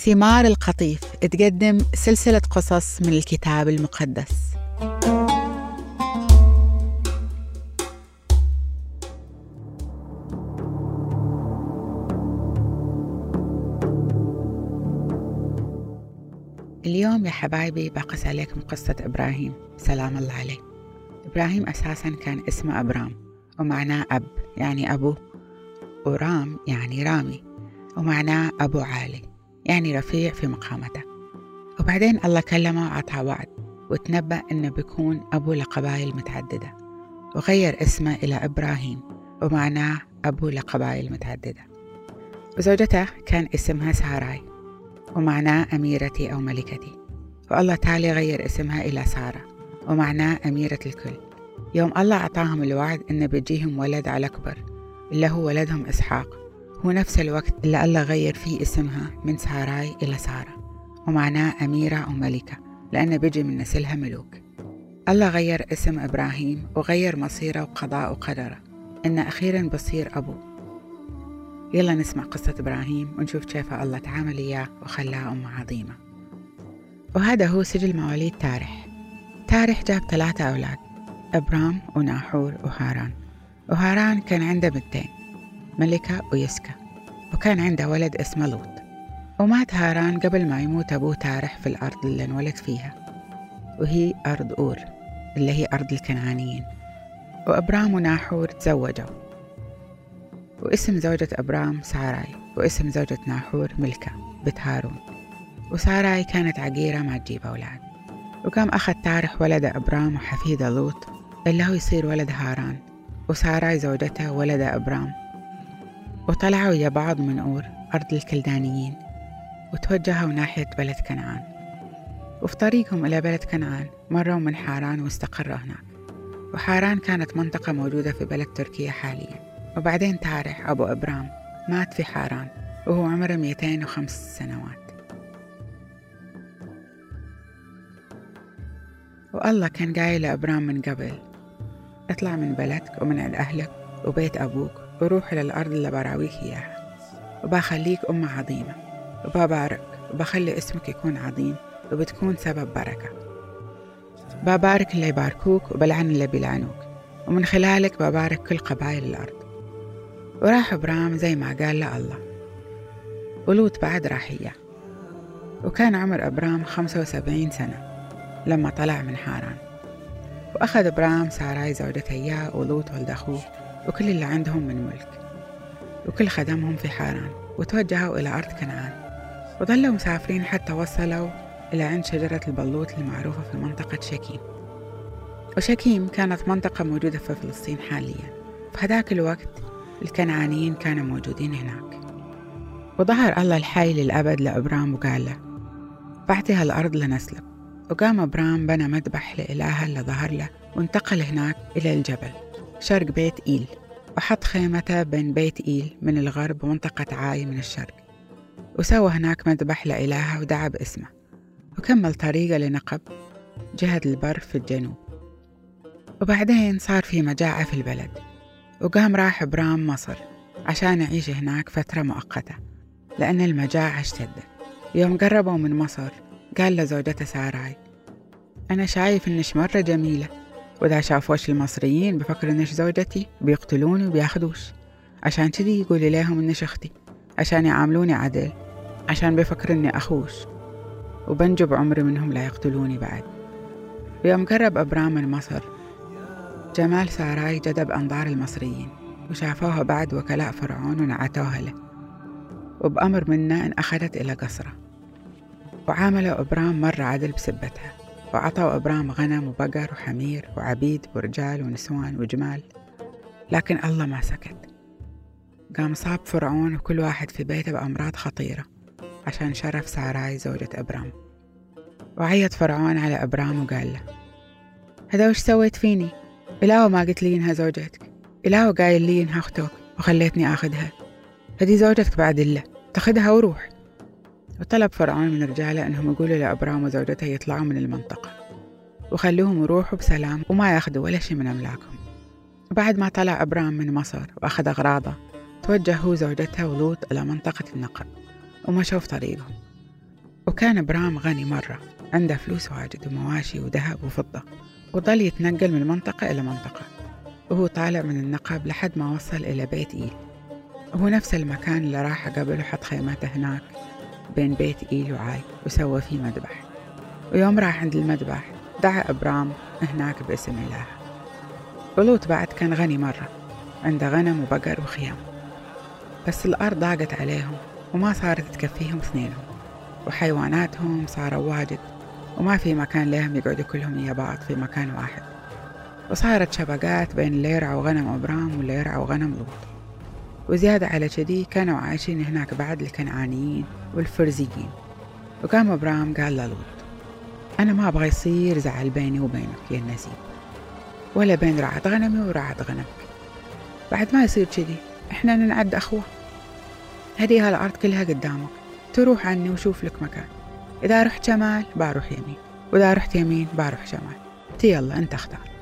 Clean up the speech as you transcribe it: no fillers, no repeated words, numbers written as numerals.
ثمار القطيف تقدم سلسلة قصص من الكتاب المقدس. اليوم يا حبايبي بقص عليكم قصة إبراهيم سلام الله عليه. إبراهيم أساساً كان اسمه أبرام ومعناه أب يعني أبو، ورام يعني رامي ومعناه أبو عالي يعني رفيع في مقامته. وبعدين الله كلمه وعطاه وعد وتنبأ إنه بيكون أبو لقبائل متعددة، وغير اسمه إلى إبراهيم ومعناه أبو لقبائل متعددة. وزوجته كان اسمها ساراي ومعناه أميرتي أو ملكتي، والله تعالى غير اسمها إلى سارة ومعناه أميرة الكل. يوم الله أعطاهم الوعد إنه بيجيهم ولد على كبر اللي هو ولدهم إسحاق، هو نفس الوقت اللي الله غير فيه اسمها من ساراي إلى سارة ومعناه أميرة أو ملكة، لأنه بيجي من نسلها ملوك. الله غير اسم إبراهيم وغير مصيره وقضاء وقدره إنه أخيرا بصير أبو. يلا نسمع قصة إبراهيم ونشوف كيف الله تعامل إياه وخلاه أمة عظيمة. وهذا هو سجل مواليد تارح. تارح جاب 3 أولاد، أبرام وناحور وهاران. وهاران كان عنده بنتين، ملكة ويسكا، وكان عنده ولد اسمه لوط. ومات هاران قبل ما يموت أبوه تارح في الأرض اللي انولد فيها، وهي أرض أور اللي هي أرض الكنعانيين. وأبرام وناحور تزوجوا، واسم زوجة أبرام ساراي واسم زوجة ناحور ملكة بنت هارون. وساراي كانت عقيرة ما تجيب أولاد. وقام أخذ تارح ولد أبرام وحفيده لوط اللي هو يصير ولد هاران، وساراي زوجته ولد أبرام. وطلعوا ويا بعض من أور أرض الكلدانيين وتوجهوا ناحية بلد كنعان. وفي طريقهم إلى بلد كنعان مروا من حاران واستقروا هناك. وحاران كانت منطقة موجودة في بلد تركيا حاليا. وبعدين تارح أبو أبرام مات في حاران وهو عمره 205 سنوات. والله كان قايل لأبرام من قبل: اطلع من بلدك ومن عند أهلك وبيت أبوك وروح إلى الأرض اللي براويك إياها، وبخليك أمة عظيمة، وببارك وبخلي اسمك يكون عظيم وبتكون سبب بركة. ببارك اللي يباركوك وبلعن اللي بيلعنوك، ومن خلالك ببارك كل قبائل الأرض. وراح إبرام زي ما قال له الله. ولوط بعد راح إياه. وكان عمر إبرام 75 سنة لما طلع من حاران. وأخذ إبرام ساراي زوجته إياه ولوط ولد أخوه وكل اللي عندهم من ملك وكل خدمهم في حاران، وتوجهوا إلى أرض كنعان. وظلوا مسافرين حتى وصلوا إلى عند شجرة البلوط المعروفة في منطقة شكيم. وشكيم كانت منطقة موجودة في فلسطين حاليا. في هذاك الوقت الكنعانيين كانوا موجودين هناك. وظهر الله الحي للأبد لأبرام وقال له: بعتها الأرض لنسلك. وقام أبرام بنى مذبح لإلهه اللي ظهر له، وانتقل هناك إلى الجبل شرق بيت إيل، وحط خيمته بين بيت إيل من الغرب ومنطقة عاي من الشرق، وسوى هناك مذبح لإلهه ودعا باسمه. وكمل طريقه لنقب جهة البر في الجنوب. وبعدين صار في مجاعة في البلد، وقام راح إبرام مصر عشان يعيش هناك فترة مؤقتة لأن المجاعة اشتدت. يوم قربوا من مصر قال لزوجته ساراي: أنا شايف إنش مرة جميلة، وإذا شافوش المصريين بفكر إنش زوجتي بيقتلوني وبياخدوش، عشان كذي يقولي لهم إنش أختي عشان يعاملوني عدل، عشان بفكر إني أخوش وبنجب عمري منهم لا يقتلوني بعد. ويوم قرب أبرام من مصر جمال ساراي جذب أنظار المصريين، وشافوها بعد وكلاء فرعون ونعتوها له، وبأمر منه إن أخذت إلى قصره. وعاملوا إبرام مرة عدل بسبتها، وعطوا إبرام غنم وبقر وحمير وعبيد ورجال ونسوان وجمال. لكن الله ما سكت، قام صاب فرعون وكل واحد في بيته بأمراض خطيرة عشان شرف ساراي زوجة إبرام. وعيط فرعون على إبرام وقال له: هذا وش سويت فيني؟ إلهو ما قلت لي إنها زوجتك، إلهو قايل لي إنها أختك وخليتني أخذها، هذه زوجتك بعد الله، تاخدها وروح. وطلب فرعون من رجاله أنهم يقولوا لأبرام وزوجته يطلعوا من المنطقة وخلوهم يروحوا بسلام وما ياخدوا ولا شيء من أملاكهم. وبعد ما طلع أبرام من مصر وأخذ أغراضه، توجه هو وزوجته ولوط إلى منطقة النقب ومشوا في طريقهم. وكان إبرام غني مرة، عنده فلوس واجد ومواشي وذهب وفضة، وظل يتنقل من منطقة إلى منطقة، وهو طالع من النقب لحد ما وصل إلى بيت إيل، وهو نفس المكان اللي راح قبل وحط خيمته هناك بين بيت إيل وعاي وسوى فيه مذبح. ويوم راح عند المذبح دعا إبرام هناك باسم إله. ولوط بعد كان غني مرة، عنده غنم وبقر وخيام، بس الأرض ضاقت عليهم وما صارت تكفيهم اثنينهم، وحيواناتهم صاروا واجد وما في مكان لهم يقعدوا كلهم ويا بعض في مكان واحد، وصارت شبكات بين اللي يرعوا غنم إبرام واللي يرعوا غنم لوط. وزيادة على كذي كانوا عايشين هناك بعد الكنعانيين والفرزيين. وقام إبرام قال للوط: أنا ما أبغى يصير زعل بيني وبينك يا النسيب، ولا بين رعاة غنمي ورعاة غنمك، بعد ما يصير كذي إحنا ننعد أخوة. هذه الأرض كلها قدامك، تروح عني وشوف لك مكان، إذا رحت شمال بروح يمين، وإذا رحت يمين بروح شمال، يلا أنت اختار.